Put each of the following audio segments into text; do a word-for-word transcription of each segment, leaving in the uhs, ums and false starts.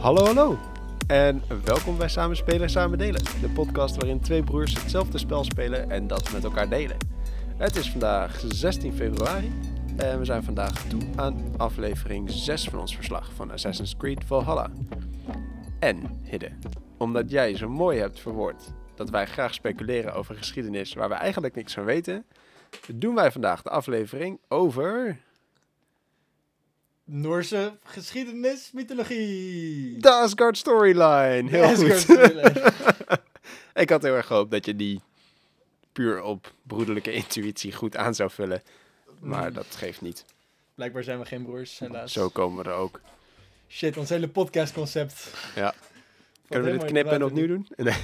Hallo, hallo. En welkom bij Samen Spelen, Samen Delen. De podcast waarin twee broers hetzelfde spel spelen en dat met elkaar delen. Het is vandaag zestien februari en we zijn vandaag toe aan aflevering zes van ons verslag van Assassin's Creed Valhalla. En, Hidde, omdat jij zo mooi hebt verwoord dat wij graag speculeren over geschiedenis waar we eigenlijk niks van weten, doen wij vandaag de aflevering over... Noorse geschiedenis, mythologie. De Asgard storyline. Heel De goed. Asgard storyline. Ik had heel erg gehoopt dat je die puur op broederlijke intuïtie goed aan zou vullen. Maar Mm. dat geeft niet. Blijkbaar zijn we geen broers, helaas. Zo komen we er ook. Shit, ons hele podcastconcept. Ja. Kunnen we dit helemaal knippen en in opnieuw doen? Nee.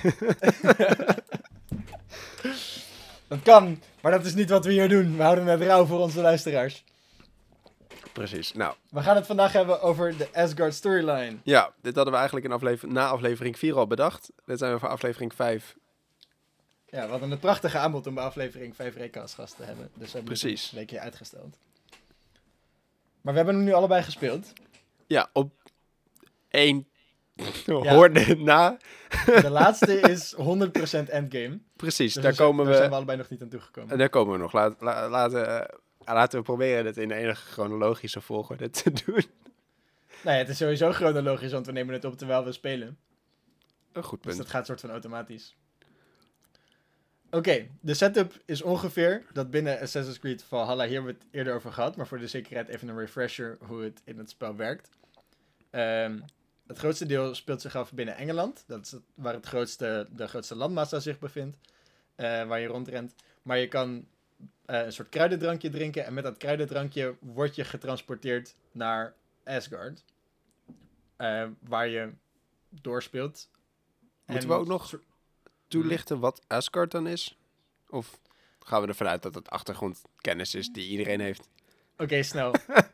Dat kan, maar dat is niet wat we hier doen. We houden het rauw voor onze luisteraars. Precies. Nou, We gaan het vandaag hebben over de Asgard storyline. ja. Dit hadden we eigenlijk in aflever- na aflevering vier al bedacht. Dit zijn we voor aflevering vijf. Ja, we hadden een prachtige aanbod om bij aflevering vijf Reka als gast te hebben. Dus we hebben het Precies. een weekje uitgesteld. Maar we hebben hem nu allebei gespeeld. Ja, op één hoorde na. De laatste is honderd procent endgame. Precies, Dus daar daar komen Daar zijn we... we allebei nog niet aan toegekomen. En daar komen we nog. Laat, la- laten, uh, laten we proberen dit in enige chronologische volgorde te doen. Nou ja, het is sowieso chronologisch, want we nemen het op terwijl we spelen. Een goed Dus punt. dat gaat soort van automatisch. Oké, okay, de setup is ongeveer dat binnen Assassin's Creed Valhalla, hier hebben we het eerder over gehad, maar voor de zekerheid even een refresher hoe het in het spel werkt. Um, het grootste deel speelt zich af binnen Engeland, dat is het, waar het grootste, de grootste landmassa zich bevindt, uh, waar je rondrent. Maar je kan uh, een soort kruidendrankje drinken en met dat kruidendrankje word je getransporteerd naar Asgard, uh, waar je doorspeelt. Moeten we ook nog toelichten wat Asgard dan is? Of gaan we ervan uit dat het achtergrondkennis is die iedereen heeft? Oké, okay, snel.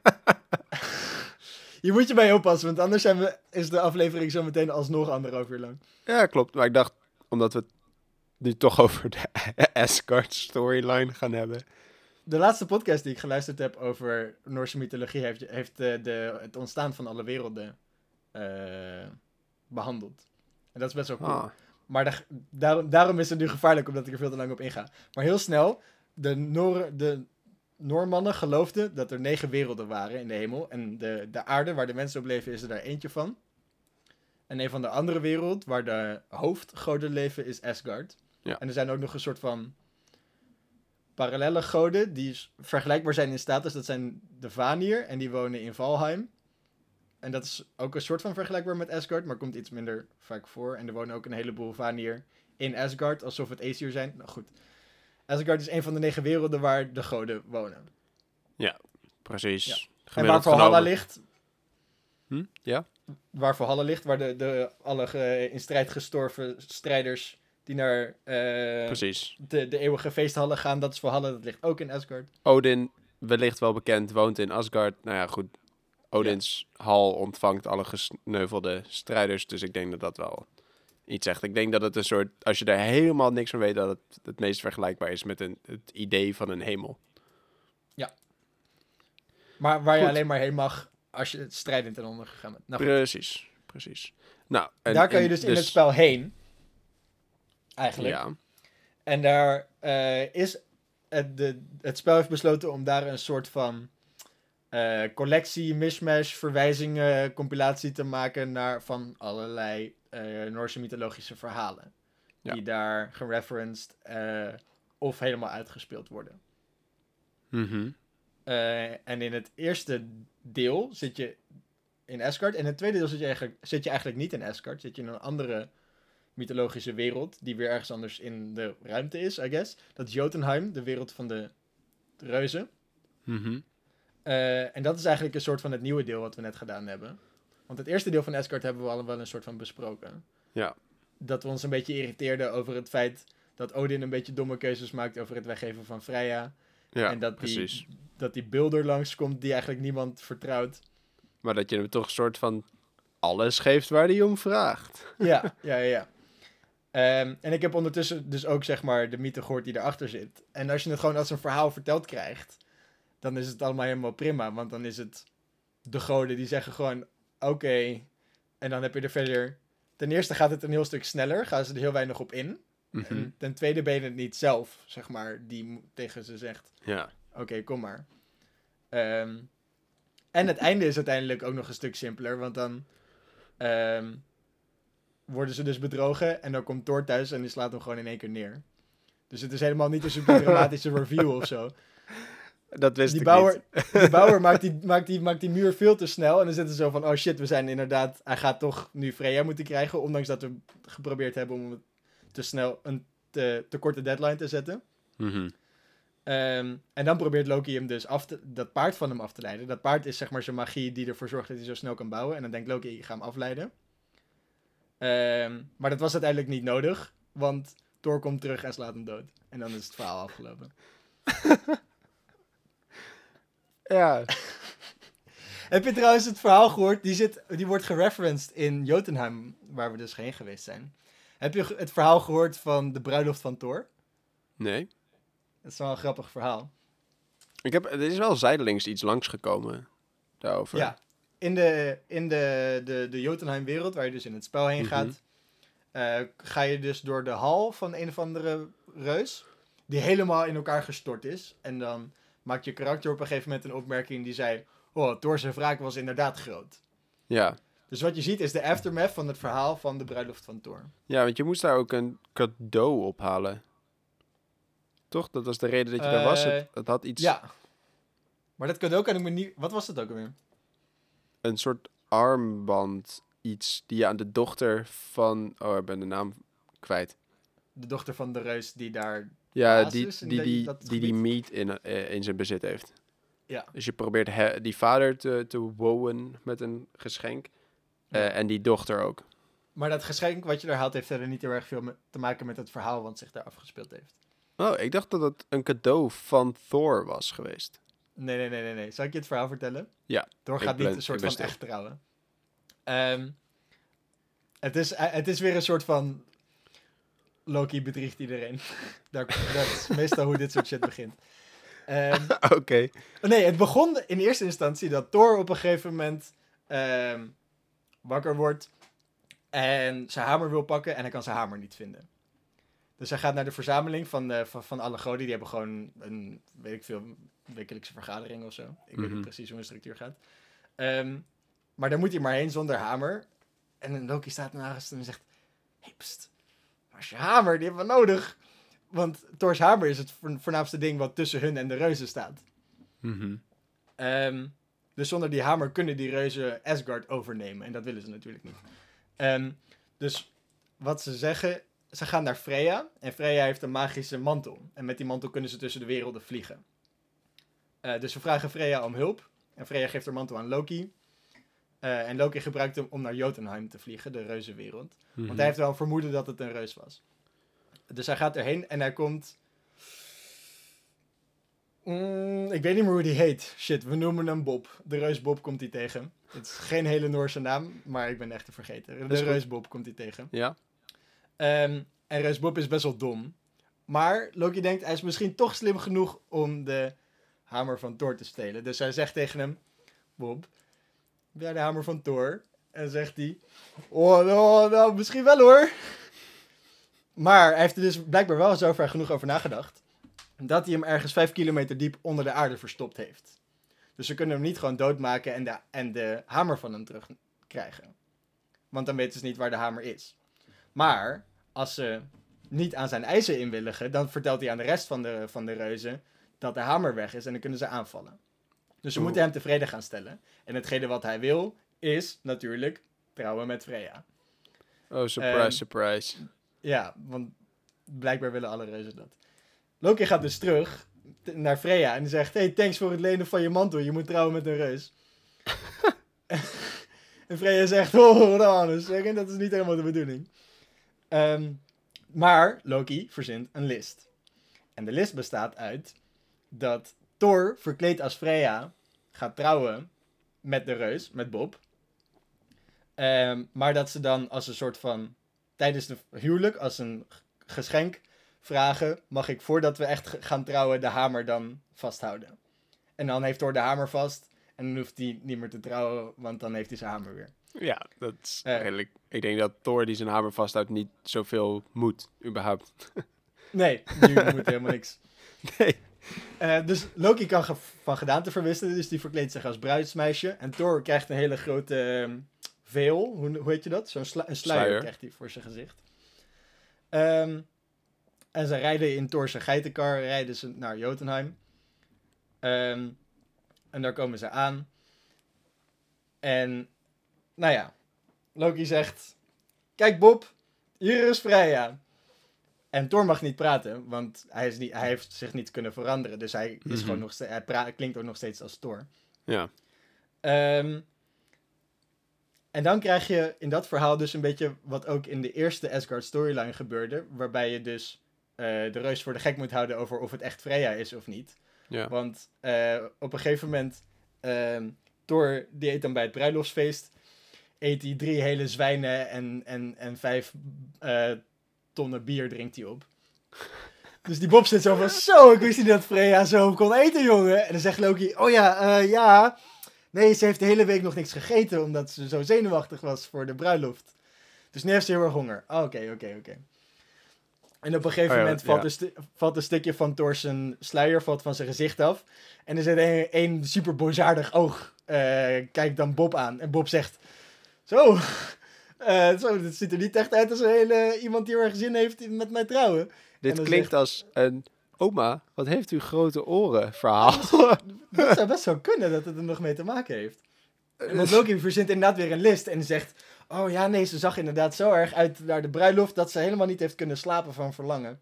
Je moet je bij oppassen, want anders zijn we, is de aflevering zo meteen alsnog anderhalf uur lang. Ja, klopt. Maar ik dacht, omdat we het nu toch over de Asgard storyline gaan hebben. De laatste podcast die ik geluisterd heb over Noorse mythologie heeft, heeft de, de, het ontstaan van alle werelden uh, behandeld. En dat is best wel cool. Ah. Maar de, daar, daarom is het nu gevaarlijk, omdat ik er veel te lang op inga. Maar heel snel, de, Noor, de Noormannen geloofden dat er negen werelden waren in de hemel. En de, de aarde, waar de mensen op leven, is er daar eentje van. En een van de andere wereld, waar de hoofdgoden leven, is Asgard. Ja. En er zijn ook nog een soort van parallelle goden die vergelijkbaar zijn in status. Dat zijn de Vanir en die wonen in Valheim. En dat is ook een soort van vergelijkbaar met Asgard, maar komt iets minder vaak voor. En er wonen ook een heleboel Vanir in Asgard, alsof het Aesir zijn. Nou goed, Asgard is een van de negen werelden waar de goden wonen. Ja, precies. Ja. Gemiddeld en waar Valhalla genomen... ligt, Hm? Ja? waar Valhalla ligt, waar de, de alle ge, in strijd gestorven strijders die naar uh, Precies. De, de eeuwige feesthallen gaan, dat is Valhalla, dat ligt ook in Asgard. Odin, wellicht wel bekend, woont in Asgard. Nou ja, goed. Odins ja. hal ontvangt alle gesneuvelde strijders. Dus ik denk dat dat wel iets zegt. Ik denk dat het een soort... Als je daar helemaal niks van weet... dat het het meest vergelijkbaar is met een, het idee van een hemel. Ja. Maar waar goed. je alleen maar heen mag... als je het strijdend ten onder gegaan bent. Nou, precies. Precies. Nou, en, daar kan je en, dus, dus in het spel heen. Eigenlijk. Ja. En daar uh, is... Het, de, het spel heeft besloten om daar een soort van... Uh, collectie, mishmash, verwijzingen, compilatie te maken naar van allerlei uh, Noorse mythologische verhalen. Ja. Die daar gereferenced uh, of helemaal uitgespeeld worden. Mm-hmm. Uh, en in het eerste deel zit je in Asgard. En in het tweede deel zit je, eigenlijk, zit je eigenlijk niet in Asgard. Zit je in een andere mythologische wereld die weer ergens anders in de ruimte is, I guess. Dat is Jotunheim, de wereld van de reuzen. Mm-hmm. Uh, en dat is eigenlijk een soort van het nieuwe deel wat we net gedaan hebben. Want het eerste deel van Asgard hebben we al wel een soort van besproken. Ja. Dat we ons een beetje irriteerden over het feit dat Odin een beetje domme keuzes maakt over het weggeven van Freya. Ja, en dat precies. Die, dat die beelder langskomt die eigenlijk niemand vertrouwt. Maar dat je hem toch een soort van alles geeft waar hij om vraagt. Ja, ja, ja. Um, en ik heb ondertussen dus ook zeg maar de mythe gehoord die erachter zit. En als je het gewoon als een verhaal verteld krijgt... dan is het allemaal helemaal prima. Want dan is het de goden die zeggen gewoon... Oké, okay, En dan heb je er verder... Ten eerste gaat het een heel stuk sneller. Gaan ze er heel weinig op in. Mhm. En ten tweede ben je het niet zelf, zeg maar, die mo- tegen ze zegt... Ja. Oké, okay, kom maar. Ehm, en het einde is uiteindelijk ook nog een stuk simpeler. Want dan um, worden ze dus bedrogen. En dan komt Thor thuis en die slaat hem gewoon in één keer neer. Dus het is helemaal niet een super dramatische review of zo. Dat wist die ik bouwer, niet. Die bouwer maakt die, maakt, die, maakt die muur veel te snel. En dan zitten ze zo van, oh shit, we zijn inderdaad... Hij gaat toch nu Freya moeten krijgen. Ondanks dat we geprobeerd hebben om het te snel een te, te korte deadline te zetten. Mhm. Um, en dan probeert Loki hem dus af te, dat paard van hem af te leiden. Dat paard is zeg maar zijn magie die ervoor zorgt dat hij zo snel kan bouwen. En dan denkt Loki, ik ga hem afleiden. Um, maar dat was uiteindelijk niet nodig. Want Thor komt terug en slaat hem dood. En dan is het verhaal afgelopen. Ja. Heb je trouwens het verhaal gehoord? Die, zit, die wordt gereferenced in Jotunheim, waar we dus heen geweest zijn. Heb je het verhaal gehoord van de bruiloft van Thor? Nee. Dat is wel een grappig verhaal. Ik heb, er is wel zijdelings iets langsgekomen daarover. Ja, in de, in de, de, de Jotunheim-wereld, waar je dus in het spel heen Mhm. gaat, uh, ga je dus door de hal van een of andere reus, die helemaal in elkaar gestort is. En dan maakt je karakter op een gegeven moment een opmerking die zei, oh, Thor zijn wraak was inderdaad groot. Ja. Dus wat je ziet is de aftermath van het verhaal van de bruiloft van Thor. Ja, want je moest daar ook een cadeau ophalen. Toch? Dat was de reden dat je daar was. Het, het had iets... Ja. Maar dat cadeau kan ik me niet... Wat was dat ook alweer? Een soort armband. Iets die je aan de dochter van... Oh, ik ben de naam kwijt. De dochter van de reus die daar... Ja, die is in die, de- die, dat die, die gebied? meat in, eh, in zijn bezit heeft. Ja. Dus je probeert he- die vader te, te wowen met een geschenk. Ja. Eh, en die dochter ook. Maar dat geschenk wat je daar haalt heeft verder niet heel erg veel me- te maken met het verhaal wat zich daar afgespeeld heeft. Oh, ik dacht dat het een cadeau van Thor was geweest. Nee, nee, nee, nee, nee. Zal ik je het verhaal vertellen? Ja, Thor ik gaat ben- niet een soort ik ben van stil. echt trouwen. Ehm, het, is, eh, het is weer een soort van... Loki bedriegt iedereen. Daar, dat is meestal hoe dit soort shit begint. Ehm, Oké. nee, het begon in eerste instantie dat Thor op een gegeven moment ehm, wakker wordt en zijn hamer wil pakken en hij kan zijn hamer niet vinden. Dus hij gaat naar de verzameling van, de, van, van alle goden. Die hebben gewoon een, weet ik veel, wekelijkse vergadering of zo. Ik weet Mhm. niet precies hoe een structuur gaat. Ehm, maar daar moet hij maar heen zonder hamer. En Loki staat naast hem en zegt... Hey, pst, waar is je hamer? Die hebben we nodig. Want Thor's hamer is het vo- voornaamste ding wat tussen hun en de reuzen staat. Mhm. Ehm, dus zonder die hamer kunnen die reuzen Asgard overnemen. En dat willen ze natuurlijk niet. Ehm, dus wat ze zeggen... Ze gaan naar Freya. En Freya heeft een magische mantel. En met die mantel kunnen ze tussen de werelden vliegen. Eh, dus ze vragen Freya om hulp. En Freya geeft haar mantel aan Loki. Eh, en Loki gebruikt hem om naar Jotunheim te vliegen, de reuzenwereld. Mhm. Want hij heeft wel een vermoeden dat het een reus was. Dus hij gaat erheen en hij komt... Mm, ik weet niet meer hoe die heet. Shit, we noemen hem Bob. De reus Bob komt hij tegen. Het is geen hele Noorse naam, maar ik ben echt te vergeten. is De goed. reus Bob komt hij tegen. Ja? Ehm, en reus Bob is best wel dom. Maar Loki denkt, hij is misschien toch slim genoeg om de hamer van Thor te stelen. Dus hij zegt tegen hem... Bob, heb jij de hamer van Thor? En zegt hij... Oh, nou, nou, misschien wel hoor. Maar hij heeft er dus blijkbaar wel zover genoeg over nagedacht... dat hij hem ergens vijf kilometer diep onder de aarde verstopt heeft. Dus ze kunnen hem niet gewoon doodmaken en de, en de hamer van hem terugkrijgen. Want dan weten ze niet waar de hamer is. Maar als ze niet aan zijn eisen inwilligen... dan vertelt hij aan de rest van de, van de reuzen... dat de hamer weg is en dan kunnen ze aanvallen. Dus ze Oeh. moeten hem tevreden gaan stellen. En hetgene wat hij wil is natuurlijk trouwen met Freya. Oh, surprise, Ehm, surprise. Ja, want blijkbaar willen alle reuzen dat. Loki gaat dus terug t- naar Freya en die zegt... Hey, thanks voor het lenen van je mantel. Je moet trouwen met een reus. En Freya zegt... Oh, hold on a second. Dat is niet helemaal de bedoeling. Ehm, maar Loki verzint een list. En de list bestaat uit... dat Thor, verkleed als Freya... gaat trouwen met de reus, met Bob. Ehm, maar dat ze dan als een soort van... tijdens de huwelijk, als een g- geschenk... vragen, mag ik voordat we echt g- gaan trouwen de hamer dan vasthouden. En dan heeft Thor de hamer vast en dan hoeft hij niet meer te trouwen, want dan heeft hij zijn hamer weer. Ja, dat is Eh. redelijk... Ik denk dat Thor die zijn hamer vasthoudt niet zoveel moet, überhaupt. Nee, die moet helemaal niks. Nee. Uh, dus Loki kan ge- van gedaante verwisselen, dus die verkleedt zich als bruidsmeisje. En Thor krijgt een hele grote uh, veil, hoe, hoe heet je dat? Zo'n slu- een sluier, Sluier. krijgt hij voor zijn gezicht. Um, en ze rijden in Thor's geitenkar, rijden ze naar Jotunheim. Um, en daar komen ze aan. En, nou ja, Loki zegt, kijk Bob, hier is Freya. En Thor mag niet praten, want hij, is niet, hij heeft zich niet kunnen veranderen. Dus hij, is Mm-hmm. gewoon nog steeds, hij pra- klinkt ook nog steeds als Thor. Ja. Um, en dan krijg je in dat verhaal dus een beetje wat ook in de eerste Asgard storyline gebeurde. Waarbij je dus uh, de reus voor de gek moet houden over of het echt Freya is of niet. Ja. Want uh, op een gegeven moment, uh, Thor die eet dan bij het bruiloftsfeest, eet hij drie hele zwijnen en, en, en vijf uh, tonnen bier drinkt hij op. Dus die Bob zit zo van, zo, ik wist niet dat Freya zo kon eten, jongen. En dan zegt Loki, oh ja, uh, ja... Nee, ze heeft de hele week nog niks gegeten, omdat ze zo zenuwachtig was voor de bruiloft. Dus nu heeft ze heel erg honger. Oké, oh, oké, okay, oké. Okay, okay. En op een gegeven oh ja, moment valt, ja. een stu- valt een stukje van Thor zijn sluier valt van zijn gezicht af. En er zit een, een super bozaardig oog. Uh, kijkt dan Bob aan. En Bob zegt, zo, uh, zo, het ziet er niet echt uit als een hele, iemand die er gezin heeft met mij trouwen. Dit klinkt zegt, als een... Oma, wat heeft u grote oren verhaal? Dat zou best wel kunnen dat het er nog mee te maken heeft. Want Loki verzint inderdaad weer een list en zegt... Oh ja, nee, ze zag inderdaad zo erg uit naar de bruiloft... dat ze helemaal niet heeft kunnen slapen van verlangen.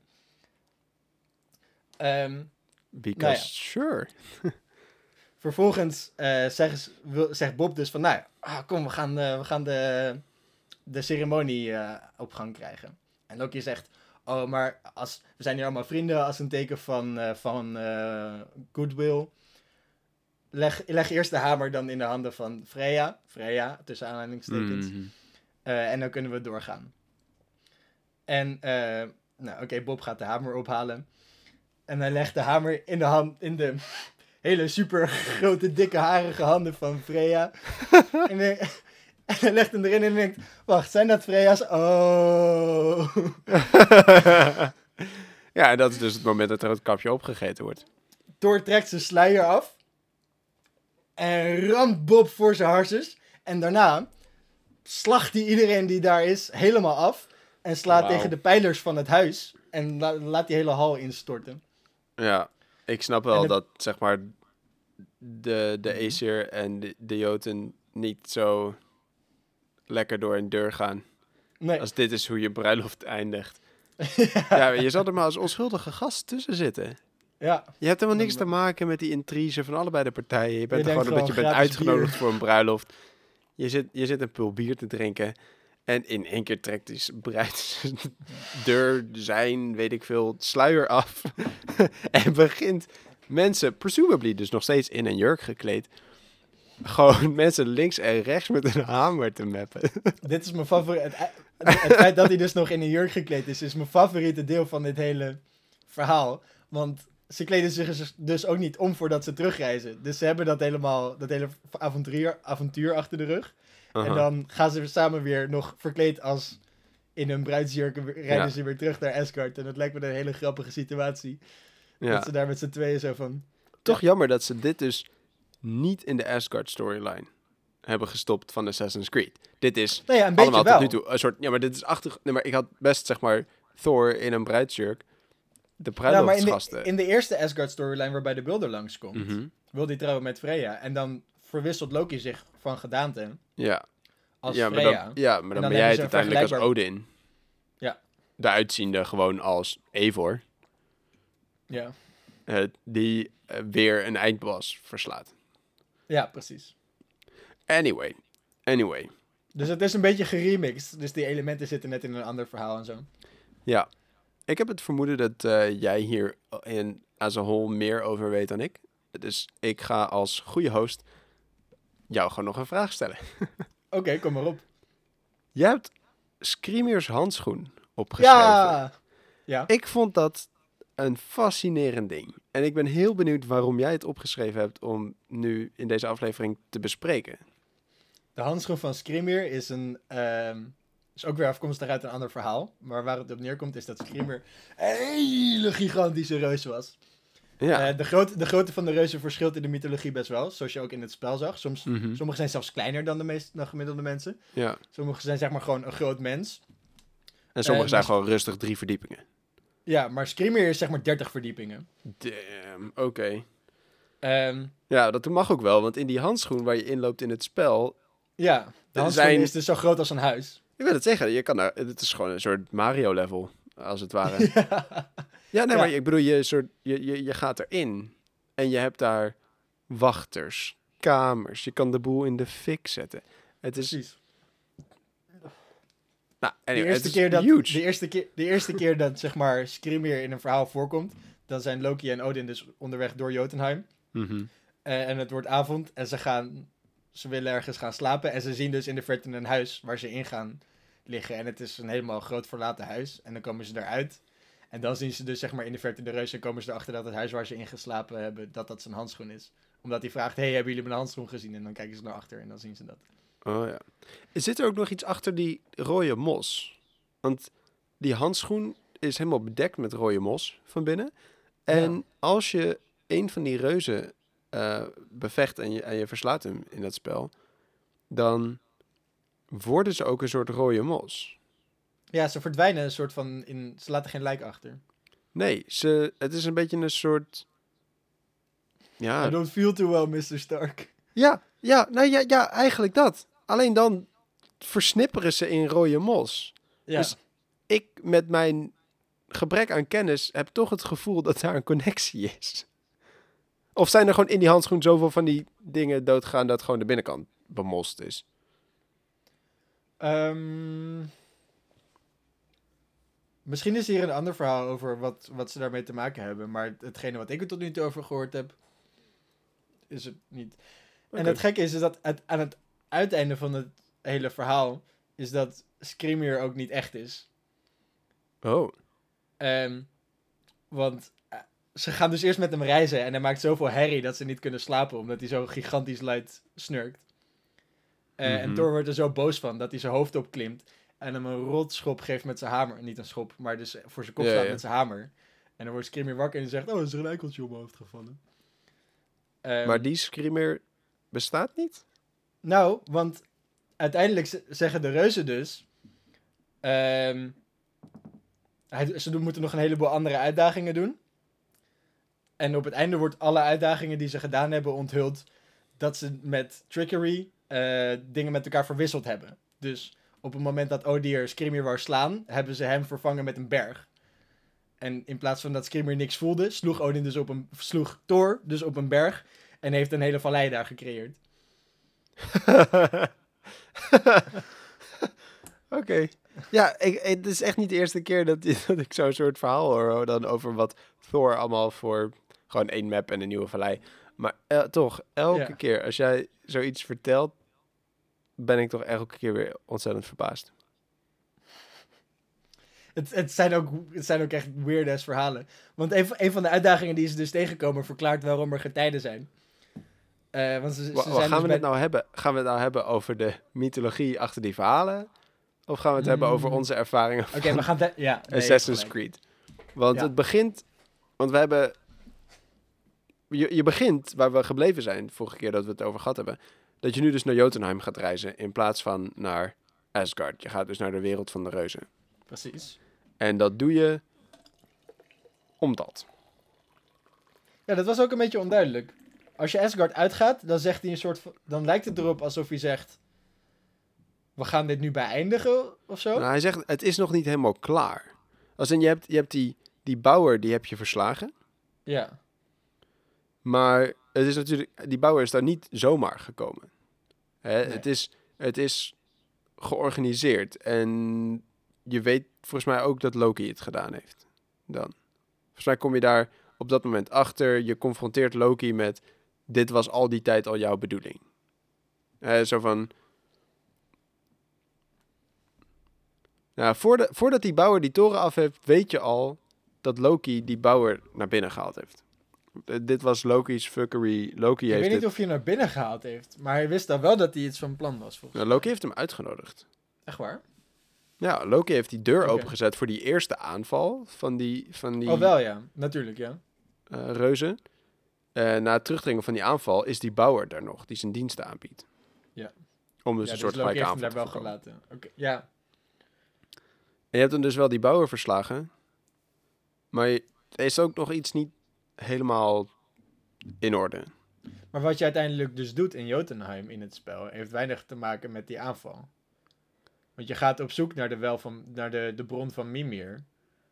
Um, Because nou ja. sure. Vervolgens uh, zegt, wil, zegt Bob dus van... Nou ja, ah, kom, we gaan, uh, we gaan de, de ceremonie uh, op gang krijgen. En Loki zegt... Oh, maar als, we zijn hier allemaal vrienden als een teken van, uh, van uh, goodwill. Leg, leg eerst de hamer dan in de handen van Freya. Freya, tussen aanhalingstekens. Mm-hmm. Uh, en dan kunnen we doorgaan. En, uh, nou oké, okay, Bob gaat de hamer ophalen. En hij legt de hamer in de, hand, in de hele super grote, dikke, harige handen van Freya. en, hij, en hij legt hem erin en denkt... Wacht, zijn dat Freya's? Oh... Ja, en dat is dus het moment dat er het kapje opgegeten wordt. Thor trekt zijn sluier af. En ramt Bob voor zijn harses. En daarna slacht hij iedereen die daar is helemaal af. En slaat wow. tegen de pijlers van het huis. En la- laat die hele hal instorten. Ja, ik snap wel de... dat, zeg maar, de, de Aesir en de, de Jotun niet zo lekker door een deur gaan. Nee. Als dit is hoe je bruiloft eindigt. ja. ja, je zat er maar als onschuldige gast tussen zitten. Ja. Je hebt helemaal niks te maken met die intrige van allebei de partijen. Je bent je er gewoon omdat je bent uitgenodigd bier. voor een bruiloft. Je zit, je zit een pul bier te drinken. En in één keer trekt die bruidsdeur, zijn, weet ik veel, sluier af. en begint mensen, presumably dus nog steeds in een jurk gekleed... Gewoon mensen links en rechts met een hamer te mappen. Dit is mijn favoriete... Het, het, het feit dat hij dus nog in een jurk gekleed is, is mijn favoriete deel van dit hele verhaal. Want ze kleden zich dus ook niet om voordat ze terugreizen. Dus ze hebben dat helemaal, dat hele avontuur, avontuur achter de rug. Uh-huh. En dan gaan ze samen weer nog verkleed als in hun bruidsjurken rijden ja. ze weer terug naar Asgard. En dat lijkt me een hele grappige situatie. Ja. Dat ze daar met z'n tweeën zo van... Toch ja. jammer dat ze dit dus... niet in de Asgard storyline hebben gestopt van Assassin's Creed. Dit is nou ja, een allemaal tot wel. nu toe een soort... Ja, maar dit is achter... Nee, maar ik had best, zeg maar, Thor in een bruidsjurk. De bruiloftsgasten. Ja, in, de, in de eerste Asgard storyline waarbij de Builder langskomt, mm-hmm. wil hij trouwen met Freya. En dan verwisselt Loki zich van gedaante ja. als ja, Freya. Maar dan, ja, maar dan, dan ben jij het uiteindelijk vergelijkbaar... als Odin. Ja. De uitziende gewoon als Eivor. Ja. Uh, die uh, weer een eindboss verslaat. Ja, precies. Anyway. Anyway. Dus het is een beetje geremixed. Dus die elementen zitten net in een ander verhaal en zo. Ja. Ik heb het vermoeden dat uh, jij hier in as a whole meer over weet dan ik. Dus ik ga als goede host jou gewoon nog een vraag stellen. Oké, okay, kom maar op. Jij hebt Skrymir's handschoen opgeschreven. Ja! Ja. Ik vond dat een fascinerend ding. En ik ben heel benieuwd waarom jij het opgeschreven hebt om nu in deze aflevering te bespreken. De handschoen van Skrimir is een... ehm, is ook weer afkomstig uit een ander verhaal. Maar waar het op neerkomt is dat Skrimir een hele gigantische reus was. Ja. Eh, de, grootte, de grootte van de reuzen verschilt in de mythologie best wel. Zoals je ook in het spel zag. Soms, Mhm. Sommige zijn zelfs kleiner dan de meest dan gemiddelde mensen. ja. Sommige zijn zeg maar gewoon een groot mens. En sommige Eh, zijn maar- gewoon rustig drie verdiepingen. Ja, maar Skrimir is zeg maar dertig verdiepingen. Damn, oké. Ehm, Ja, dat mag ook wel, want in die handschoen waar je inloopt in het spel... ja, de Er handschoen zijn- is dus zo groot als een huis. Ik wil het zeggen, je kan daar, het is gewoon een soort Mario-level, als het ware. ja. Ja, nee, Ja. maar ik bedoel, je, soort, je, je, je gaat erin en je hebt daar wachters, kamers. Je kan de boel in de fik zetten. Het is, Precies. nou, De anyway, eerste, het is keer dat, huge. de, eerste keer, de eerste keer dat zeg maar Skrimir in een verhaal voorkomt, dan zijn Loki en Odin dus onderweg door Jotunheim. Mhm. Eh, en het wordt avond en ze gaan, ze willen ergens gaan slapen en ze zien dus in de verte een huis waar ze in gaan liggen. En het is een helemaal groot verlaten huis. En dan komen ze eruit. En dan zien ze dus zeg maar in de verte de reus en komen ze erachter dat het huis waar ze in geslapen hebben, dat dat zijn handschoen is. Omdat hij vraagt, hey, hebben jullie mijn handschoen gezien? En dan kijken ze naar achter en dan zien ze dat. Oh ja. Zit er ook nog iets achter die rode mos? Want die handschoen is helemaal bedekt met rode mos van binnen. En Ja. als je een van die reuzen eh, bevecht en je, en je verslaat hem in dat spel, dan worden ze ook een soort rode mos. Ja, ze verdwijnen een soort van in, ze laten geen lijk achter. Nee, ze, het is een beetje een soort... I Ja, don't feel too well, mister Stark. ja, ja, nou ja, ja, eigenlijk dat. Alleen dan versnipperen ze in rode mos. Ja. Dus ik met mijn gebrek aan kennis heb toch het gevoel dat daar een connectie is. Of zijn er gewoon in die handschoen zoveel van die dingen doodgaan dat gewoon de binnenkant bemost is? Ehm, misschien is hier een ander verhaal over wat, wat ze daarmee te maken hebben. Maar hetgene wat ik er tot nu toe over gehoord heb, is het niet. En Oké. het gekke is, is dat het, aan het uiteinde van het hele verhaal, is dat Skrimir ook niet echt is. Oh, Ehm, want eh, ze gaan dus eerst met hem reizen en hij maakt zoveel herrie dat ze niet kunnen slapen, omdat hij zo gigantisch luid snurkt. Eh, Mhm. En Thor wordt er zo boos van dat hij zijn hoofd opklimt en hem een rotschop geeft met zijn hamer. Niet een schop, maar dus voor zijn kop Ja, slaat ja. met zijn hamer. En dan wordt Skrimir wakker en die zegt, oh, is er een eikeltje op mijn hoofd gevallen. Ehm, maar die Screamer bestaat niet? Nou, want uiteindelijk z- zeggen de reuzen dus... ehm, hij, ze doen, moeten nog een heleboel andere uitdagingen doen. En op het einde wordt alle uitdagingen die ze gedaan hebben onthuld... dat ze met trickery eh, dingen met elkaar verwisseld hebben. Dus op het moment dat Odir Skrimir wou slaan... hebben ze hem vervangen met een berg. En in plaats van dat Skrimir niks voelde... sloeg Odin dus op een, sloeg Thor dus op een berg... en heeft een hele vallei daar gecreëerd. Oké. Ja, ik, het is echt niet de eerste keer dat, dat ik zo'n soort verhaal hoor dan over wat Thor allemaal voor gewoon één map en een nieuwe vallei. Maar eh, toch, elke Ja. keer als jij zoiets vertelt, ben ik toch elke keer weer ontzettend verbaasd. Het, het, zijn ook, het zijn ook echt weird-ass verhalen. Want een, van- een van de uitdagingen die ze dus tegenkomen... verklaart waarom er getijden zijn. Eh, want ze, ze Wa- zijn wa- gaan, dus we bij- het nou hebben? gaan we het nou hebben over de mythologie achter die verhalen? Of gaan we het hebben over Mm. onze ervaringen Oké, van we gaan... de- ja, nee, Assassin's gelijk. Creed? Want Ja. het begint... Want we hebben... Je, je begint, waar we gebleven zijn, vorige keer dat we het over gehad hebben... dat je nu dus naar Jotunheim gaat reizen in plaats van naar Asgard. Je gaat dus naar de wereld van de reuzen. Precies. En dat doe je omdat. Ja, dat was ook een beetje onduidelijk. Als je Asgard uitgaat, dan zegt hij een soort van... dan lijkt het erop alsof hij zegt... we gaan dit nu beëindigen, of zo. Nou, hij zegt, het is nog niet helemaal klaar. Als in, je hebt, je hebt die, die bouwer, die heb je verslagen. Ja. Maar het is natuurlijk, die bouwer is daar niet zomaar gekomen. Hè? Nee. Het, is, het is georganiseerd. En je weet volgens mij ook dat Loki het gedaan heeft. Dan. Volgens mij kom je daar op dat moment achter. Je confronteert Loki met... dit was al die tijd al jouw bedoeling. Eh, zo van... Nou, voordat, voordat die bouwer die toren af heeft... weet je al dat Loki die bouwer naar binnen gehaald heeft. Uh, dit was Loki's fuckery. Loki Ik heeft weet niet dit... of hij hem naar binnen gehaald heeft. Maar hij wist dan wel dat hij iets van plan was, volgens Nou, Loki heeft hem uitgenodigd. Echt waar? Ja, Loki heeft die deur Oké. opengezet voor die eerste aanval van die, van die Oh, wel ja. Natuurlijk, ja. uh, reuzen. Uh, na het terugdringen van die aanval is die bouwer daar nog, die zijn diensten aanbiedt. Ja. Om dus ja, een dus soort Loki gelijke heeft hem aanval daar te wel voorkomen. gelaten. Oké, ja. En je hebt dan dus wel die bouwer verslagen. Maar je, er is ook nog iets niet helemaal in orde. Maar wat je uiteindelijk dus doet in Jotunheim in het spel, heeft weinig te maken met die aanval. Want je gaat op zoek naar de, wel van, naar de, de bron van Mimir.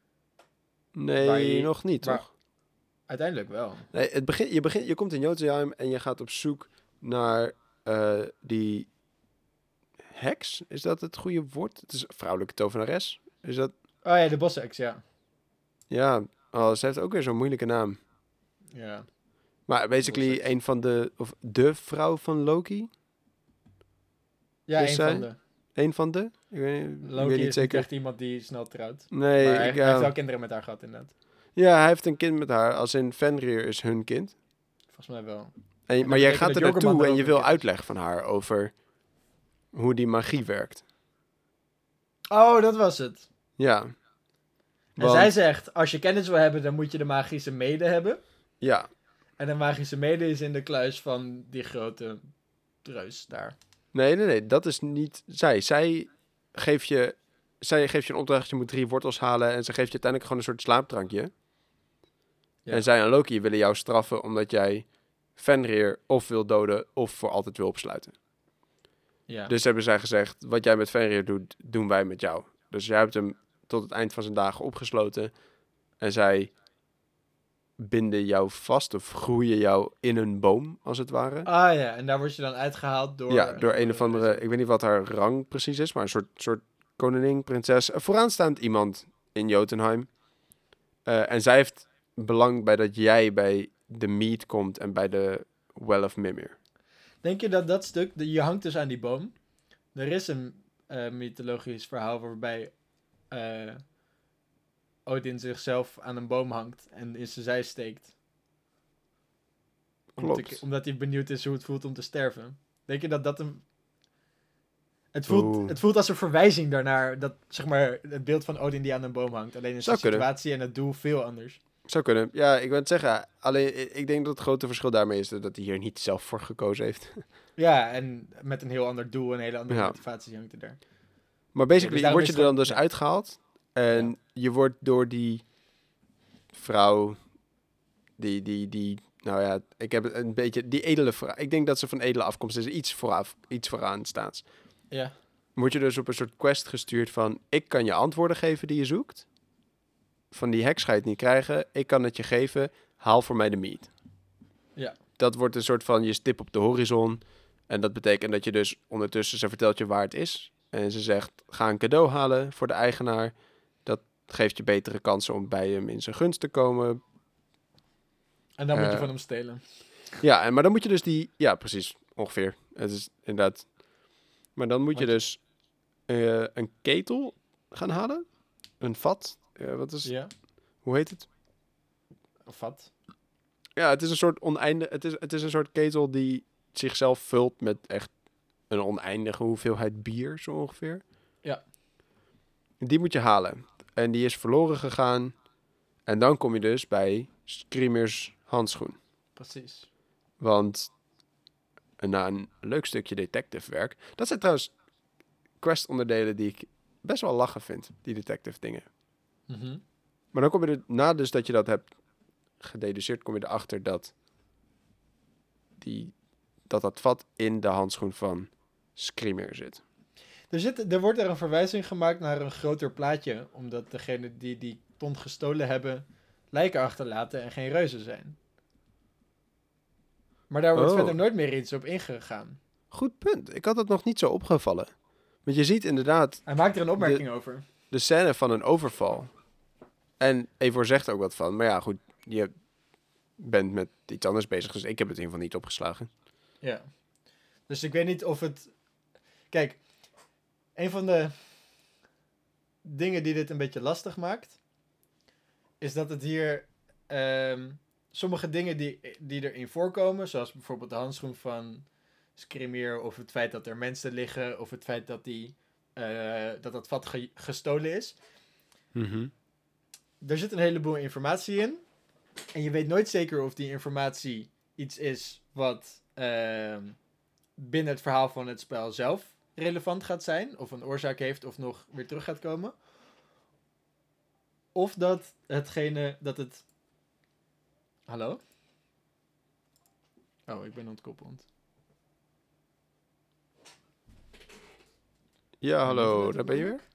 Nee, Waar je- nog niet, waar- toch? Uiteindelijk wel. Nee, het begin, je, begint, je komt in Jotunheim en je gaat op zoek naar uh, die heks. Is dat het goede woord? Het is een vrouwelijke tovenares. Is dat... Oh ja, de bossex, ja. Ja, oh, ze heeft ook weer zo'n moeilijke naam. Ja. Maar basically Bossex. een van de... Of de vrouw van Loki? Ja, Is een zij? van de. Een van de? Ik weet, ik Loki weet is niet zeker. niet echt iemand die snel trouwt. Nee, maar hij, ik, hij ja. heeft wel kinderen met haar gehad, inderdaad. Ja, hij heeft een kind met haar. Als in Fenrir is hun kind. Volgens mij wel. En, dat maar jij betekent gaat er dat Jorgerman naartoe er en ook je een wil kind is. uitleg van haar over hoe die magie werkt. Oh, dat was het. Ja. En Want- zij zegt, als je kennis wil hebben, dan moet je de magische mede hebben. Ja, En de magische mede is in de kluis van die grote reus daar. nee, nee, nee, dat is niet zij. Zij geeft je, zij geeft je een opdracht, je moet drie wortels halen en ze geeft je uiteindelijk gewoon een soort slaapdrankje. Ja. En zij en Loki willen jou straffen omdat jij Fenrir of wil doden of voor altijd wil opsluiten. Ja. Dus hebben zij gezegd, wat jij met Fenrir doet, doen wij met jou. Dus jij hebt hem tot het eind van zijn dagen opgesloten. En zij binden jou vast of groeien jou in een boom, als het ware. Ah ja, en daar word je dan uitgehaald door... ja, door een of andere, ik weet niet wat haar rang precies is, maar een soort, soort koningin, prinses. Een vooraanstaand iemand in Jotunheim. Uh, en zij heeft belang bij dat jij bij de mead komt en bij de Well of Mimir. Denk je dat dat stuk, de, je hangt dus aan die boom. Er is een uh, mythologisch verhaal waarbij uh, Odin zichzelf aan een boom hangt en in zijn zij steekt. Om Klopt. te- omdat hij benieuwd is hoe het voelt om te sterven. Denk je dat dat een... Het voelt, Oeh. het voelt als een verwijzing daarnaar, dat, zeg maar, het beeld van Odin die aan een boom hangt. Alleen is de Zou kunnen. situatie en het doel veel anders. Zou kunnen. Ja, ik wil het zeggen. Alleen, ik denk dat het grote verschil daarmee is dat hij hier niet zelf voor gekozen heeft. Ja, en met een heel ander doel en een hele andere Ja. motivatie hangt er daar. Maar Ja, basically dus daarom word je is er het dan gewoon- dus ja. uitgehaald. En Ja. je wordt door die vrouw, die, die, die, nou ja, ik heb het een beetje, die edele vrouw. Ik denk dat ze van edele afkomst is, iets, vooraf, iets vooraan staat. Ja. Word je dus op een soort quest gestuurd van, ik kan je antwoorden geven die je zoekt. Van die heks ga je het niet krijgen, ik kan het je geven, haal voor mij de meat. Ja. Dat wordt een soort van je stip op de horizon. En dat betekent dat je dus ondertussen, ze vertelt je waar het is. En ze zegt, ga een cadeau halen voor de eigenaar. Dat geeft je betere kansen om bij hem in zijn gunst te komen. En dan moet je Eh, van hem stelen. Ja, en, maar dan moet je dus die... Ja, precies, ongeveer. Het is inderdaad... Maar dan moet je Want- dus eh, een ketel gaan halen. Een vat. Eh, wat is... Ja. Hoe heet het? Of wat? Ja, het is een soort oneinde... Het is, het is een soort ketel die zichzelf vult met echt een oneindige hoeveelheid bier, zo ongeveer. Ja. Die moet je halen. En die is verloren gegaan. En dan kom je dus bij Screamers handschoen. Precies. Want na een leuk stukje detective werk... Dat zijn trouwens quest onderdelen die ik best wel lachen vind. Die detective dingen. Mhm. Maar dan kom je er, na dus dat je dat hebt gededuceerd, kom je erachter dat die, dat, dat vat in de handschoen van Screamer zit. Er, zit, er wordt er een verwijzing gemaakt naar een groter plaatje. Omdat degene die die ton gestolen hebben, lijken achterlaten en geen reuzen zijn. Maar daar wordt Oh. verder nooit meer iets op ingegaan. Goed punt. Ik had het nog niet zo opgevallen. Want je ziet inderdaad Hij maakt er een opmerking over. de scène van een overval. En Eivor zegt er ook wat van. Maar ja, goed, je bent met iets anders bezig. Dus ik heb het in ieder geval niet opgeslagen. Ja. Dus ik weet niet of het... Kijk, een van de dingen die dit een beetje lastig maakt, is dat het hier... ehm, sommige dingen die, die erin voorkomen, zoals bijvoorbeeld de handschoen van Skrimir, of het feit dat er mensen liggen, of het feit dat die, uh, dat, dat vat ge- gestolen is. Mm-hmm. Er zit een heleboel informatie in. En je weet nooit zeker of die informatie iets is wat uh, binnen het verhaal van het spel zelf relevant gaat zijn, of een oorzaak heeft, of nog weer terug gaat komen. Of dat hetgene, dat het... Hallo? Oh, ik ben ontkoppeld. Ja, hallo, daar ben je weer? Oké,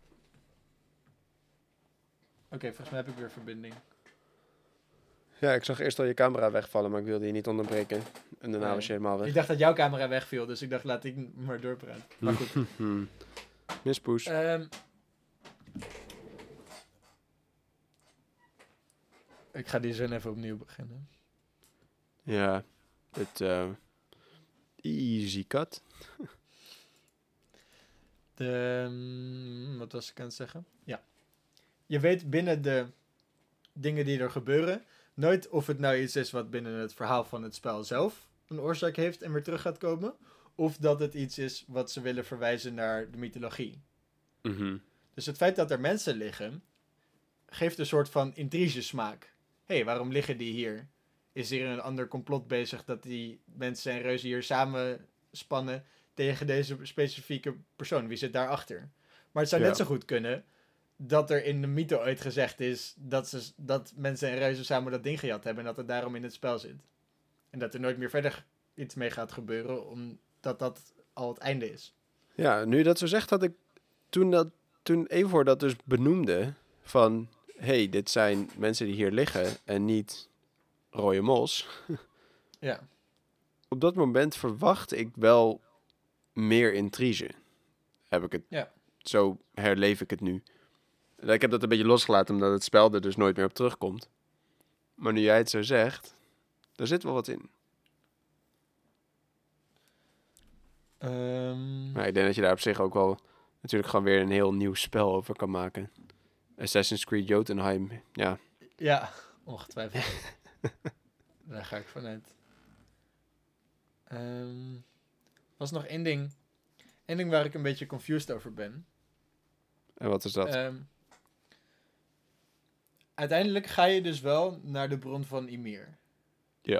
okay, volgens mij heb ik weer verbinding. Ja, ik zag eerst al je camera wegvallen, maar ik wilde je niet onderbreken. En daarna Nee. was je helemaal weg. Ik dacht dat jouw camera wegviel, dus ik dacht laat ik maar doorpraten. Maar goed. Mispoes. Um, ik ga die zin even opnieuw beginnen. Ja, het uh, easy cut. De, um, wat was ik aan het zeggen? Ja. Je weet binnen de dingen die er gebeuren nooit of het nou iets is wat binnen het verhaal van het spel zelf een oorzaak heeft en weer terug gaat komen. Of dat het iets is wat ze willen verwijzen naar de mythologie. Mm-hmm. Dus het feit dat er mensen liggen, geeft een soort van intrigesmaak. Hé, hey, waarom liggen die hier? Is hier een ander complot bezig dat die mensen en reuzen hier samenspannen tegen deze specifieke persoon? Wie zit daarachter? Maar het zou Ja. net zo goed kunnen dat er in de mythe ooit gezegd is dat, ze, dat mensen en reuzen samen dat ding gejat hebben en dat het daarom in het spel zit. En dat er nooit meer verder iets mee gaat gebeuren, omdat dat al het einde is. Ja, nu je dat zo zegt, had ik toen, dat, toen Eivor dat dus benoemde van, hey, dit zijn mensen die hier liggen en niet rode mos. Ja. Op dat moment verwachtte ik wel meer intrige. Heb ik het, Ja. Zo herleef ik het nu. Ik heb dat een beetje losgelaten, omdat het spel er dus nooit meer op terugkomt. Maar nu jij het zo zegt, daar zit wel wat in. Um... Maar ik denk dat je daar op zich ook wel natuurlijk gewoon weer een heel nieuw spel over kan maken. Assassin's Creed Jotunheim, ja. Ja, ongetwijfeld. Daar ga ik vanuit. Um, was nog één ding. Eén ding waar ik een beetje confused over ben. En wat is dat? Um, uiteindelijk ga je dus wel naar de bron van Ymir. Ja.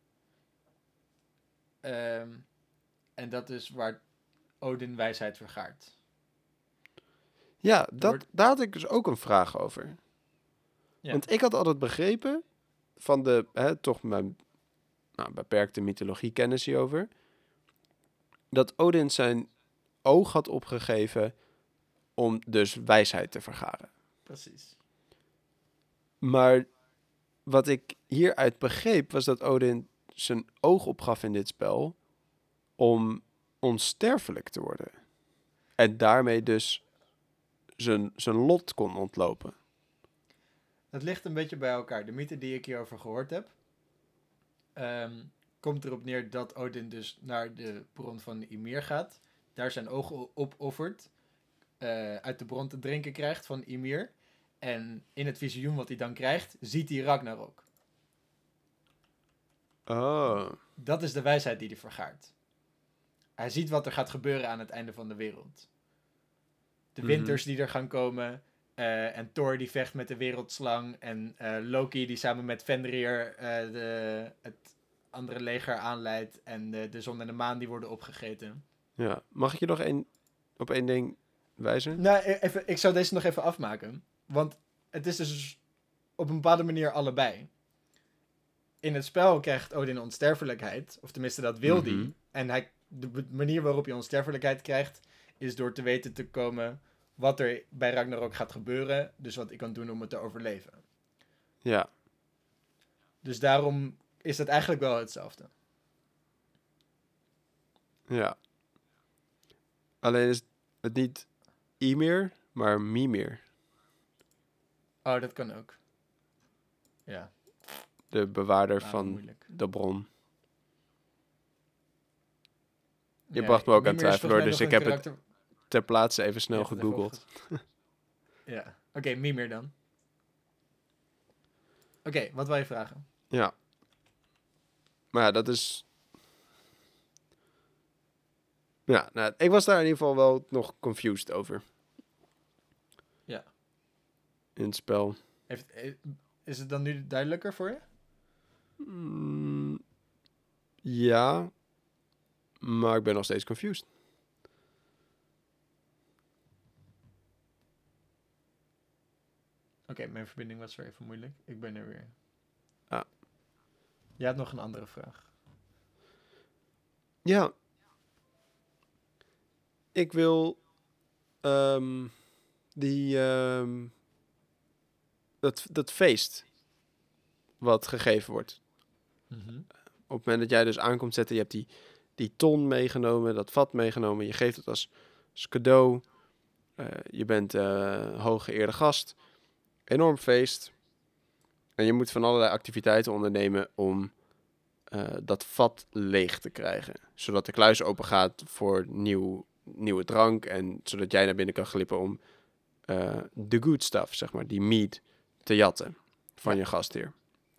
Um, en dat is waar Odin wijsheid vergaart. Ja, dat, wordt... daar had ik dus ook een vraag over. Ja. Want ik had altijd begrepen, van de, hè, toch mijn nou, beperkte mythologiekennis hierover, dat Odin zijn oog had opgegeven om dus wijsheid te vergaren. Precies. Maar wat ik hieruit begreep, was dat Odin zijn oog opgaf in dit spel om onsterfelijk te worden. En daarmee dus zijn, zijn lot kon ontlopen. Dat ligt een beetje bij elkaar. De mythe die ik hierover gehoord heb, um, komt erop neer dat Odin dus naar de bron van Ymir gaat. Daar zijn ogen opoffert. Uh, uit de bron te drinken krijgt van Ymir. En in het visioen wat hij dan krijgt, ziet hij Ragnarok. Oh. Dat is de wijsheid die hij vergaart. Hij ziet wat er gaat gebeuren aan het einde van de wereld. De winters mm-hmm. die er gaan komen. Uh, en Thor die vecht met de wereldslang. En uh, Loki die samen met Fenrir uh, de, het andere leger aanleidt. En de, de zon en de maan die worden opgegeten. Ja, mag ik je nog één, op één ding wijzen? Nou, even, ik zou deze nog even afmaken. Want het is dus op een bepaalde manier allebei. In het spel krijgt Odin onsterfelijkheid. Of tenminste, dat wil hij. Mm-hmm. En hij, de manier waarop je onsterfelijkheid krijgt, is door te weten te komen wat er bij Ragnarok gaat gebeuren. Dus wat ik kan doen om het te overleven. Ja. Dus daarom is het eigenlijk wel hetzelfde. Ja. Alleen is het niet Ymir, maar Mimir. Oh, dat kan ook. Ja. De bewaarder nou, van moeilijk. de bron. Je ja, bracht me ook aan Mimir twijfel door, dus ik heb karakter... het ter plaatse even snel gegoogeld. Ja, oké, okay, Mimir dan. Oké, okay, wat wil je vragen? Ja. Maar ja, dat is... Ja, nou, ik was daar in ieder geval wel nog confused over. Ja. In het spel. Heeft, is het dan nu duidelijker voor je? Mm, ja. Maar ik ben nog steeds confused. Oké, okay, mijn verbinding was weer even moeilijk. Ik ben er weer. Ah. Je had nog een andere vraag. Ja. Ik wil um, die um, dat, dat feest wat gegeven wordt. Mm-hmm. Op het moment dat jij dus aankomt zetten, je hebt die, die ton meegenomen, dat vat meegenomen, je geeft het als, als cadeau. Uh, je bent uh, hooggeëerde gast. Enorm feest. En je moet van allerlei activiteiten ondernemen om uh, dat vat leeg te krijgen. Zodat de kluis open gaat voor nieuw, nieuwe drank. En zodat jij naar binnen kan glippen om uh, de good stuff, zeg maar, die mead, te jatten van ja. je gastheer.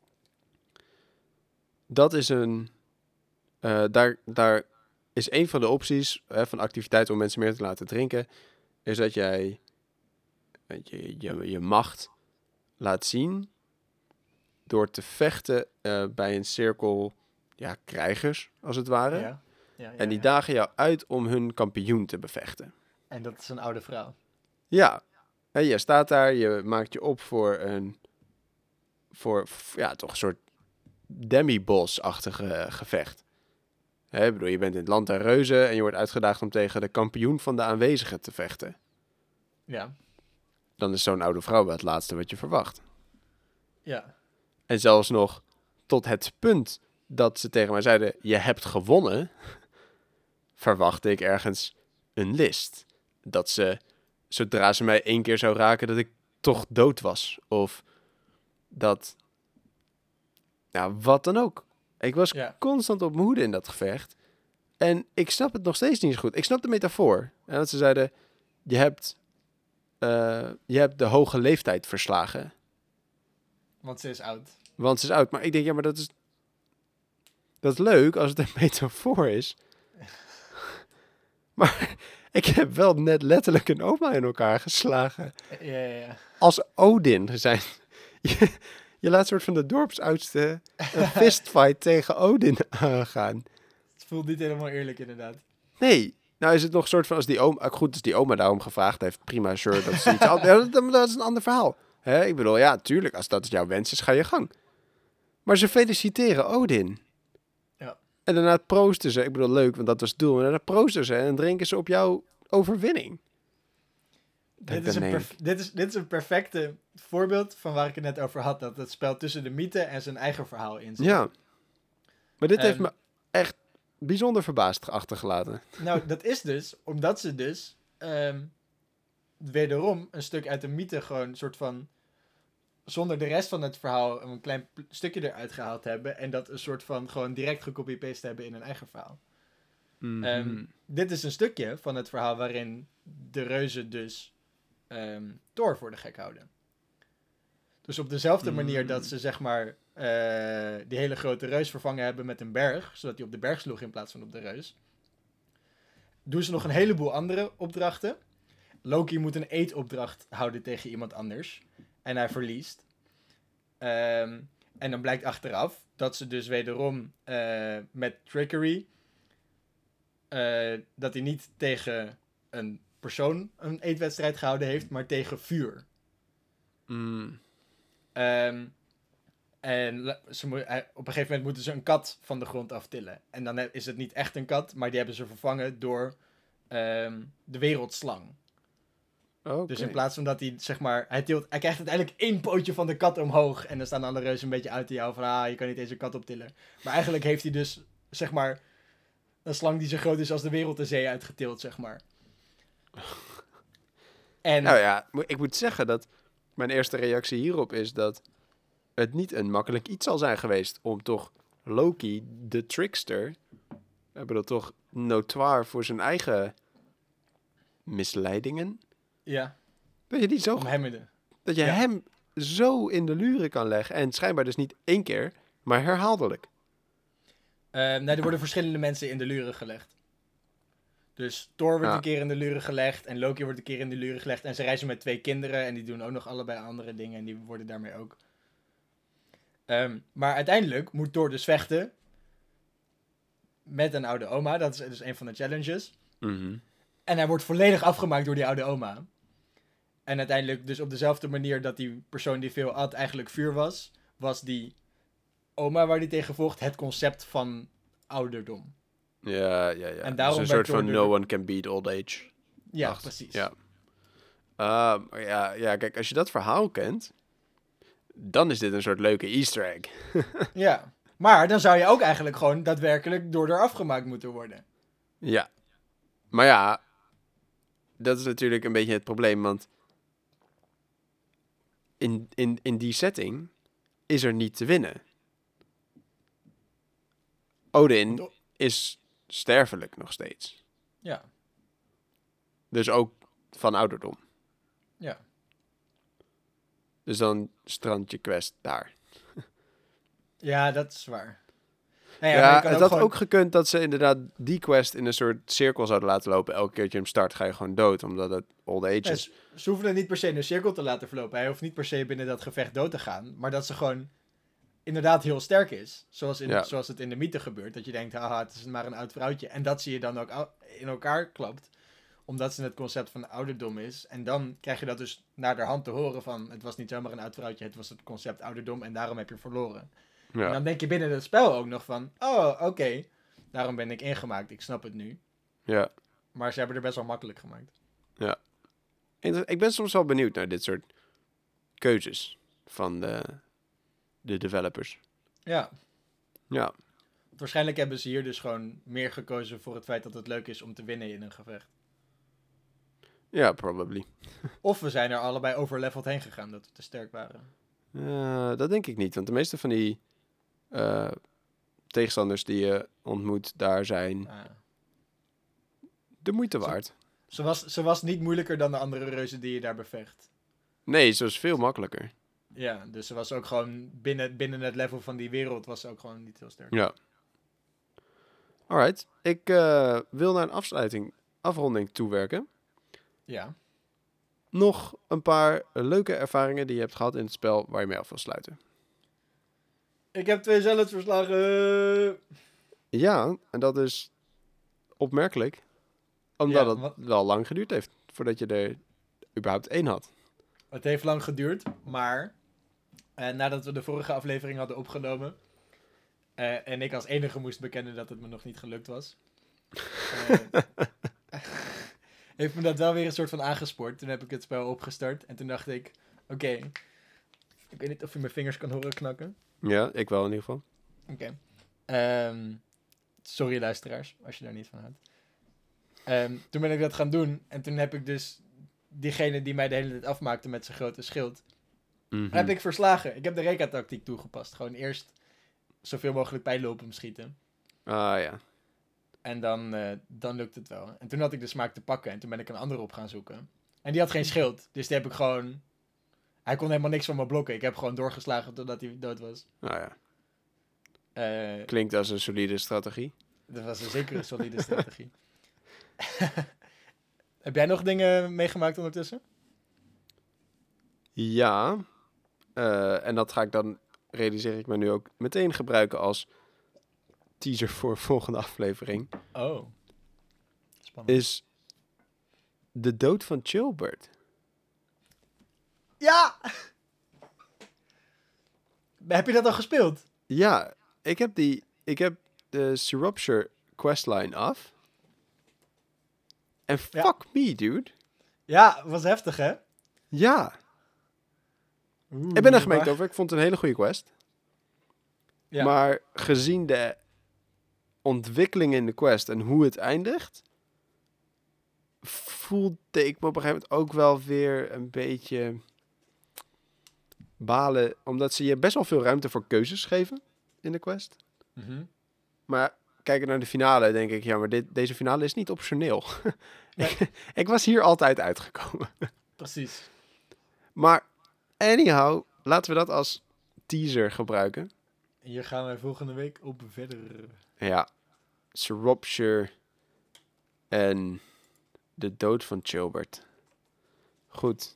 Dat is een... Uh, daar, daar is een van de opties hè, van activiteiten om mensen meer te laten drinken, is dat jij je, je, je macht laat zien door te vechten uh, bij een cirkel ja, krijgers, als het ware. Ja. Ja, ja, en die ja. dagen jou uit om hun kampioen te bevechten. En dat is een oude vrouw. Ja. En je staat daar, je maakt je op voor een voor ja, toch een soort demi-boss-achtige uh, gevecht. Hè, ik bedoel, je bent in het land der reuzen en je wordt uitgedaagd om tegen de kampioen van de aanwezigen te vechten. Ja. Dan is zo'n oude vrouw wel het laatste wat je verwacht. Ja. En zelfs nog tot het punt dat ze tegen mij zeiden, je hebt gewonnen, verwachtte ik ergens een list. Dat ze, zodra ze mij één keer zou raken, dat ik toch dood was. Of dat, nou, wat dan ook. Ik was ja. constant op mijn hoede in dat gevecht. En ik snap het nog steeds niet zo goed. Ik snap de metafoor. En dat ze zeiden, je hebt, uh, je hebt de hoge leeftijd verslagen. Want ze is oud. Want ze is oud. Maar ik denk, ja, maar dat is... Dat is leuk als het een metafoor is. Maar ik heb wel net letterlijk een oma in elkaar geslagen. Ja, ja, ja. Als Odin zijn. Je, je laat soort van de dorpsoudste een fistfight tegen Odin aangaan. Het voelt niet helemaal eerlijk, inderdaad. Nee. Nou is het nog een soort van, als die oma... Goed, als die oma daarom gevraagd heeft, prima, sure. Dat is, iets anders, dat, dat is een ander verhaal. Hè? Ik bedoel, ja, tuurlijk, als dat jouw wens is, ga je gang. Maar ze feliciteren Odin. Ja. En daarna proosten ze. Ik bedoel, leuk, want dat was het doel. En daarna proosten ze en drinken ze op jouw overwinning. Dit is, een perf- dit, is, dit is een perfecte voorbeeld van waar ik het net over had. Dat het spel tussen de mythe en zijn eigen verhaal in zit. Ja. Maar dit um, heeft me echt bijzonder verbaasd achtergelaten. Nou, dat is dus omdat ze dus um, wederom een stuk uit de mythe gewoon een soort van... zonder de rest van het verhaal een klein p- stukje eruit gehaald hebben. En dat een soort van gewoon direct gecopy-paste hebben in hun eigen verhaal. Mm-hmm. Um, dit is een stukje van het verhaal waarin de reuzen dus um, Thor voor de gek houden. Dus op dezelfde mm-hmm. manier dat ze zeg maar uh, die hele grote reus vervangen hebben met een berg, zodat hij op de berg sloeg in plaats van op de reus, doen ze nog een heleboel andere opdrachten. Loki moet een eetopdracht houden tegen iemand anders. En hij verliest. Um, en dan blijkt achteraf dat ze dus wederom uh, met trickery... Uh, dat hij niet tegen een persoon een eetwedstrijd gehouden heeft, maar tegen vuur. Mm. Um, en ze mo- hij, op een gegeven moment moeten ze een kat van de grond aftillen. En dan is het niet echt een kat, maar die hebben ze vervangen door um, de wereldslang. Okay. Dus in plaats van dat hij, zeg maar, hij, tilt, hij krijgt uiteindelijk één pootje van de kat omhoog. En dan staan alle reuzen een beetje uit te jou van, ah, je kan niet eens een kat optillen. Maar eigenlijk heeft hij dus, zeg maar, een slang die zo groot is als de wereld de zee uitgetild, zeg maar. En... Nou ja, ik moet zeggen dat mijn eerste reactie hierop is dat het niet een makkelijk iets zal zijn geweest om toch Loki, de trickster, ik bedoel toch notoire voor zijn eigen misleidingen. Ja. Dat je die zo... Om hem in de... Dat je ja. hem zo in de luren kan leggen. En schijnbaar dus niet één keer, Maar herhaaldelijk. Uh, nou, er worden verschillende mensen in de luren gelegd. Dus Thor wordt Ja. een keer in de luren gelegd en Loki wordt een keer in de luren gelegd. En ze reizen met twee kinderen en die doen ook nog allebei andere dingen en die worden daarmee ook. Um, maar uiteindelijk moet Thor dus vechten met een oude oma. Dat is dus een van de challenges. Mm-hmm. En hij wordt volledig afgemaakt door die oude oma. En uiteindelijk dus op dezelfde manier dat die persoon die veel at eigenlijk vuur was, was die oma waar die tegen vocht het concept van ouderdom. Ja, ja, ja. En daarom dus een soort werd van door no de- one can beat old age. Ja, Wacht, precies. Ja. Uh, ja, ja, kijk, als je dat verhaal kent, dan is dit een soort leuke easter egg. Ja. Maar dan zou je ook eigenlijk gewoon daadwerkelijk door haar afgemaakt moeten worden. Ja. Maar ja, dat is natuurlijk een beetje het probleem, want in, in, in die setting is er niet te winnen. Odin Do- is sterfelijk nog steeds. Ja. Dus ook van ouderdom. Ja. Dus dan strandt je quest daar. Ja, dat is waar. Nou Ja, maar je kan het ook had gewoon- ook gekund dat ze inderdaad die quest in een soort cirkel zouden laten lopen. Elke keer dat je hem start ga je gewoon dood, omdat het old age Ja, is. ze- ze hoeven het niet per se in een cirkel te laten verlopen. Hij hoeft niet per se binnen dat gevecht dood te gaan. Maar dat ze gewoon inderdaad heel sterk is. Zoals, in, Ja. zoals het in de mythe gebeurt. Dat je denkt, haha, het is maar een oud vrouwtje. En dat zie je dan ook ou- in elkaar klapt. Omdat ze het concept van ouderdom is. En dan krijg je dat dus naar de hand te horen van... Het was niet zomaar een oud vrouwtje, het was het concept ouderdom. En daarom heb je verloren. En Ja. dan denk je binnen het spel ook nog van... Oh, oké. Daarom ben ik ingemaakt. Ik snap het nu. ja. Maar ze hebben er best wel makkelijk gemaakt. Inter- Ik ben soms wel benieuwd naar dit soort keuzes van de, de developers. Ja. Ja. Waarschijnlijk hebben ze hier dus gewoon meer gekozen voor het feit dat het leuk is om te winnen in een gevecht. Ja, probably. Of we zijn er allebei overleveld heen gegaan, dat we te sterk waren. Uh, dat denk ik niet, want de meeste van die uh, tegenstanders die je ontmoet, daar zijn Ah. de moeite Zo- waard. Ze, was, ze was niet moeilijker dan de andere reuzen die je daar bevecht. Nee, ze was veel makkelijker. Ja, dus ze was ook gewoon binnen, binnen het level van die wereld was ze ook gewoon niet heel sterk. Ja. Alright, ik uh, wil naar een afsluiting, afronding toewerken. Ja. Nog een paar leuke ervaringen die je hebt gehad in het spel waar je mee af wil sluiten. Ik heb twee zelfs verslagen. Ja, en dat is opmerkelijk. Omdat Ja, het wat- wel lang geduurd heeft voordat je er überhaupt één had. Het heeft lang geduurd, maar eh, nadat we de vorige aflevering hadden opgenomen eh, en ik als enige moest bekennen dat het me nog niet gelukt was, eh, heeft me dat wel weer een soort van aangespoord. Toen heb ik het spel opgestart en toen dacht ik, oké, ik weet niet of je mijn vingers kan horen knakken. Ja, ik wel in ieder geval. Oké. Ehm, sorry luisteraars, als je daar niet van houdt. Ehm, toen ben ik dat gaan doen en toen heb ik dus diegene die mij de hele tijd afmaakte met zijn grote schild, Mhm. heb ik verslagen. Ik heb de Reka-tactiek toegepast. Gewoon eerst zoveel mogelijk pijlen op hem schieten. Ah ja. En dan, eh, dan lukt het wel. En toen had ik de smaak te pakken en toen ben ik een andere op gaan zoeken. En die had geen schild, dus die heb ik gewoon... Hij kon helemaal niks van me blokken. Ik heb gewoon doorgeslagen totdat hij dood was. Ah ja. Eh, Klinkt als een solide strategie. Dat was een zeker een solide strategie. Heb jij nog dingen meegemaakt ondertussen? Ja. Uh, en dat ga ik dan, realiseer ik me nu ook, meteen gebruiken als teaser voor volgende aflevering. Oh. Spannend. Is de dood van Chilbert. Ja! Heb je dat al gespeeld? Ja, ik heb die, ik heb de Sirupshire questline af. En Ja. fuck me, dude. Ja, was heftig, hè? Ja, Oeh, ik ben er gemengd maar- over. Ik vond het een hele goede quest. Ja. Maar gezien de ontwikkeling in de quest en hoe het eindigt, voelde ik me op een gegeven moment ook wel weer een beetje balen. Omdat ze je best wel veel ruimte voor keuzes geven in de quest. Mhm. Maar kijken naar de finale, denk ik, ja, maar dit, deze finale is niet optioneel. Nee. ik, ik was hier altijd uitgekomen. Precies. Maar anyhow, laten we dat als teaser gebruiken. Hier gaan wij volgende week op verder. Ja. Shropshire en de dood van Chilbert. Goed.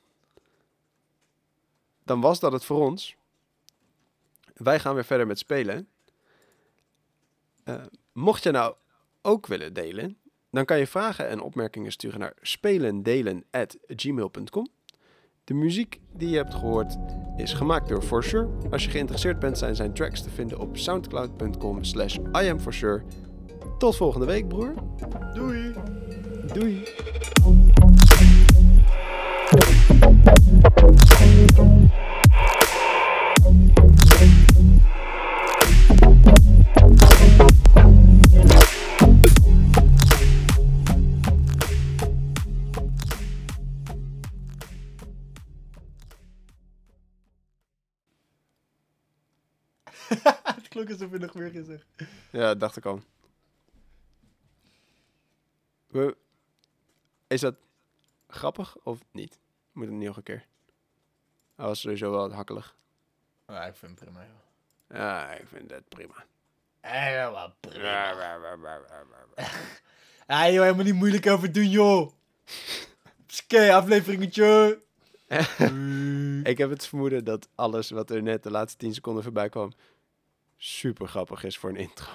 Dan was dat het voor ons. Wij gaan weer verder met spelen. Uh, mocht je nou ook willen delen, dan kan je vragen en opmerkingen sturen naar spelendelen at gmail dot com. De muziek die je hebt gehoord is gemaakt door For Sure. Als je geïnteresseerd bent, zijn zijn tracks te vinden op soundcloud dot com slash I am for sure. Tot volgende week, broer. Doei. Doei. Het klonk alsof je nog meer gezegd. Ja, dat dacht ik al. We... Is dat grappig of niet? Moet het niet nog een keer? Hij was sowieso wel hakkelig. Ja, ik vind het prima, joh. Ja, ik vind het prima. Ja, wel prima. Ja, joh, helemaal niet moeilijk over doen, joh. Oké, afleveringetje. Ik heb het vermoeden dat alles wat er net de laatste tien seconden voorbij kwam super grappig is voor een intro.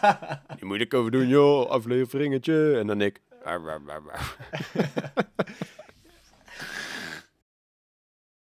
Niet moeilijk over doen, joh. Afleveringetje. En dan ik.